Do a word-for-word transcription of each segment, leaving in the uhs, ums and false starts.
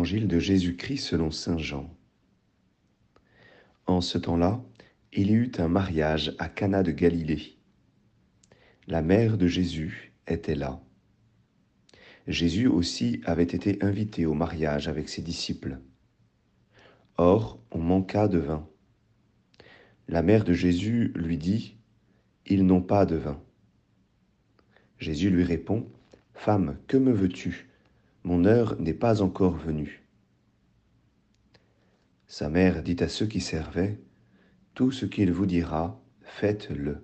Évangile de Jésus-Christ selon saint Jean. En ce temps-là, il y eut un mariage à Cana de Galilée. La mère de Jésus était là. Jésus aussi avait été invité au mariage avec ses disciples. Or, on manqua de vin. La mère de Jésus lui dit, « Ils n'ont pas de vin. » Jésus lui répond, « Femme, que me veux-tu? Mon heure n'est pas encore venue. » Sa mère dit à ceux qui servaient, « Tout ce qu'il vous dira, faites-le. »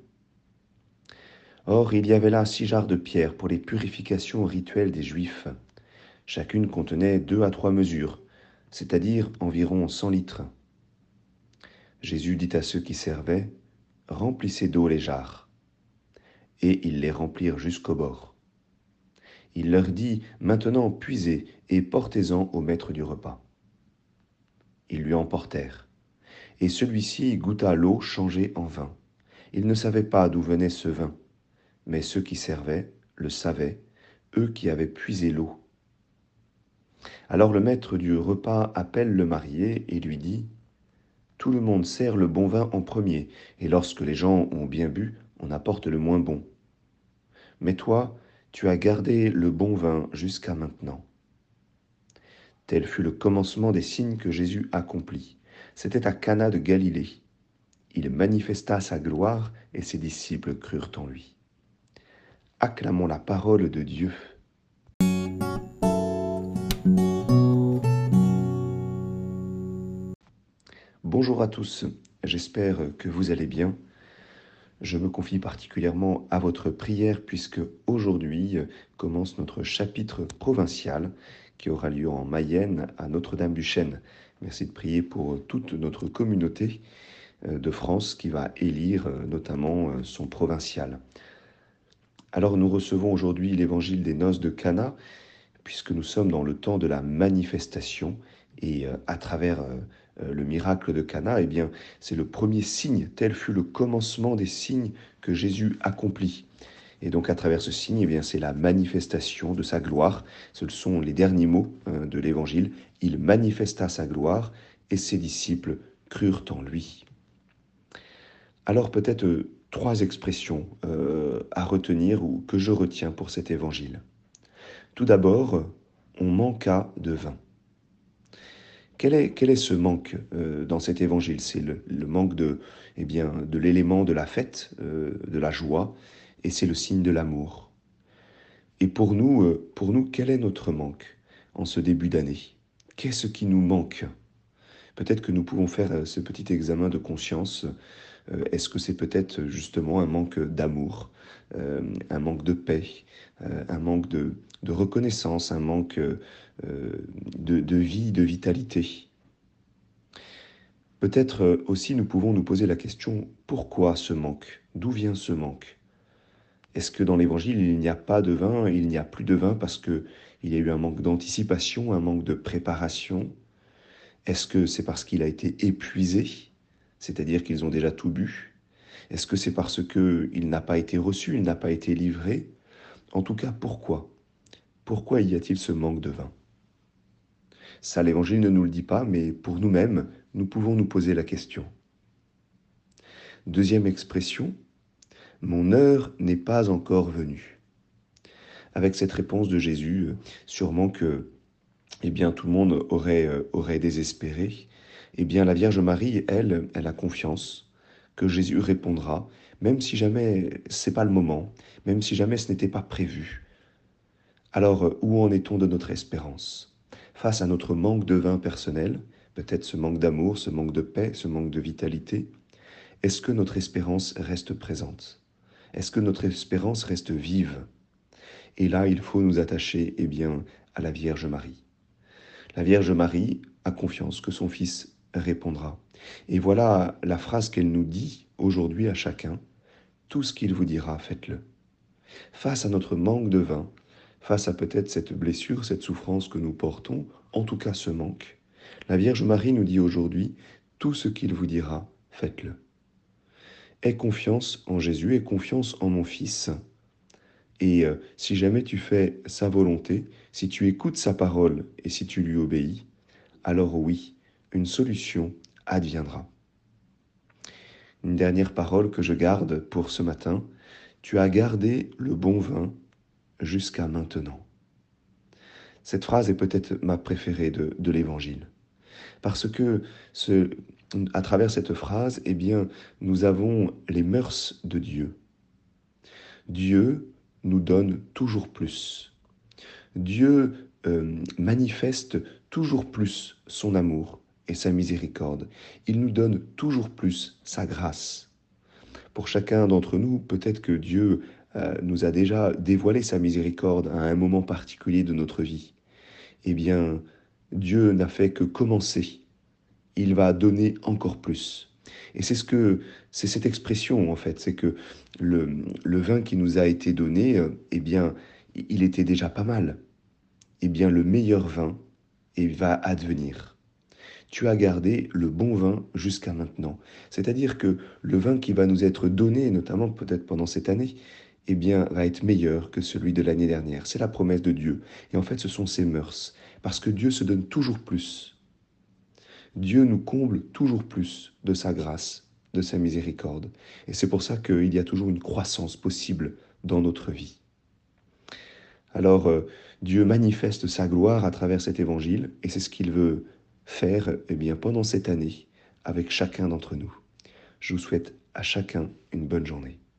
Or, il y avait là six jarres de pierre pour les purifications rituelles des Juifs. Chacune contenait deux à trois mesures, c'est-à-dire environ cent litres. Jésus dit à ceux qui servaient, « Remplissez d'eau les jarres. » Et ils les remplirent jusqu'au bord. Il leur dit, « Maintenant puisez et portez-en au maître du repas. » Ils lui emportèrent. Et celui-ci goûta l'eau changée en vin. Il ne savait pas d'où venait ce vin, mais ceux qui servaient le savaient, eux qui avaient puisé l'eau. Alors le maître du repas appelle le marié et lui dit, « Tout le monde sert le bon vin en premier, et lorsque les gens ont bien bu, on apporte le moins bon. Mais toi, tu as gardé le bon vin jusqu'à maintenant. » Tel fut le commencement des signes que Jésus accomplit. C'était à Cana de Galilée. Il manifesta sa gloire et ses disciples crurent en lui. Acclamons la parole de Dieu. Bonjour à tous, j'espère que vous allez bien. Je me confie particulièrement à votre prière puisque aujourd'hui commence notre chapitre provincial qui aura lieu en Mayenne à Notre-Dame-du-Chêne. Merci de prier pour toute notre communauté de France qui va élire notamment son provincial. Alors nous recevons aujourd'hui l'évangile des noces de Cana puisque nous sommes dans le temps de la manifestation et à travers le miracle de Cana, eh bien, c'est le premier signe, tel fut le commencement des signes que Jésus accomplit. Et donc à travers ce signe, eh bien, c'est la manifestation de sa gloire. Ce sont les derniers mots de l'évangile. Il manifesta sa gloire et ses disciples crurent en lui. Alors peut-être euh, trois expressions euh, à retenir ou que je retiens pour cet évangile. Tout d'abord, on manqua de vin. Quel est, quel est ce manque euh, dans cet évangile? C'est le, le manque de, eh bien, de l'élément de la fête, euh, de la joie, et c'est le signe de l'amour. Et pour nous, euh, pour nous, quel est notre manque en ce début d'année? Qu'est-ce qui nous manque? Peut-être que nous pouvons faire euh, ce petit examen de conscience. Euh, est-ce que c'est peut-être justement un manque d'amour, euh, un manque de paix, euh, un manque de, de reconnaissance, un manque euh, de, de vie, de vitalité? Peut-être aussi nous pouvons nous poser la question, pourquoi ce manque? D'où vient ce manque? Est-ce que dans l'Évangile, il n'y a pas de vin, il n'y a plus de vin parce qu'il y a eu un manque d'anticipation, un manque de préparation? Est-ce que c'est parce qu'il a été épuisé, c'est-à-dire qu'ils ont déjà tout bu? Est-ce que c'est parce qu'il n'a pas été reçu, il n'a pas été livré? En tout cas, pourquoi? Pourquoi y a-t-il ce manque de vin? Ça, l'Évangile ne nous le dit pas, mais pour nous-mêmes, nous pouvons nous poser la question. Deuxième expression, « Mon heure n'est pas encore venue ». Avec cette réponse de Jésus, sûrement que eh bien, tout le monde aurait, euh, aurait désespéré. Eh bien, la Vierge Marie, elle, elle a confiance que Jésus répondra, même si jamais c'est pas le moment, même si jamais ce n'était pas prévu. Alors, où en est-on de notre espérance? Face à notre manque de vin personnel, peut-être ce manque d'amour, ce manque de paix, ce manque de vitalité, est-ce que notre espérance reste présente? Est-ce que notre espérance reste vive? Et là, il faut nous attacher, eh bien, à la Vierge Marie. La Vierge Marie a confiance que son Fils répondra. Et voilà la phrase qu'elle nous dit aujourd'hui à chacun, « Tout ce qu'il vous dira, faites-le ». Face à notre manque de vin, face à peut-être cette blessure, cette souffrance que nous portons, en tout cas ce manque, la Vierge Marie nous dit aujourd'hui, « Tout ce qu'il vous dira, faites-le ». Aie confiance en Jésus, aie confiance en mon Fils. Et euh, si jamais tu fais sa volonté, si tu écoutes sa parole et si tu lui obéis, alors oui, une solution adviendra. Une dernière parole que je garde pour ce matin, tu as gardé le bon vin jusqu'à maintenant. Cette phrase est peut-être ma préférée de, de l'Évangile, parce que ce, à travers cette phrase, eh bien, nous avons les mœurs de Dieu. Dieu nous donne toujours plus. Dieu euh, manifeste toujours plus son amour et sa miséricorde. Il nous donne toujours plus sa grâce. Pour chacun d'entre nous, peut-être que Dieu euh, nous a déjà dévoilé sa miséricorde à un moment particulier de notre vie. Eh bien, Dieu n'a fait que commencer. Il va donner encore plus. Et c'est ce que c'est cette expression en fait, c'est que le, le vin qui nous a été donné, euh, eh bien, il était déjà pas mal. Eh bien, le meilleur vin et va advenir. Tu as gardé le bon vin jusqu'à maintenant. C'est-à-dire que le vin qui va nous être donné, notamment peut-être pendant cette année, eh bien, va être meilleur que celui de l'année dernière. C'est la promesse de Dieu. Et en fait, ce sont ses mœurs. Parce que Dieu se donne toujours plus. Dieu nous comble toujours plus de sa grâce, de sa miséricorde. Et c'est pour ça qu'il y a toujours une croissance possible dans notre vie. Alors, euh, Dieu manifeste sa gloire à travers cet évangile, et c'est ce qu'il veut faire eh bien, pendant cette année avec chacun d'entre nous. Je vous souhaite à chacun une bonne journée.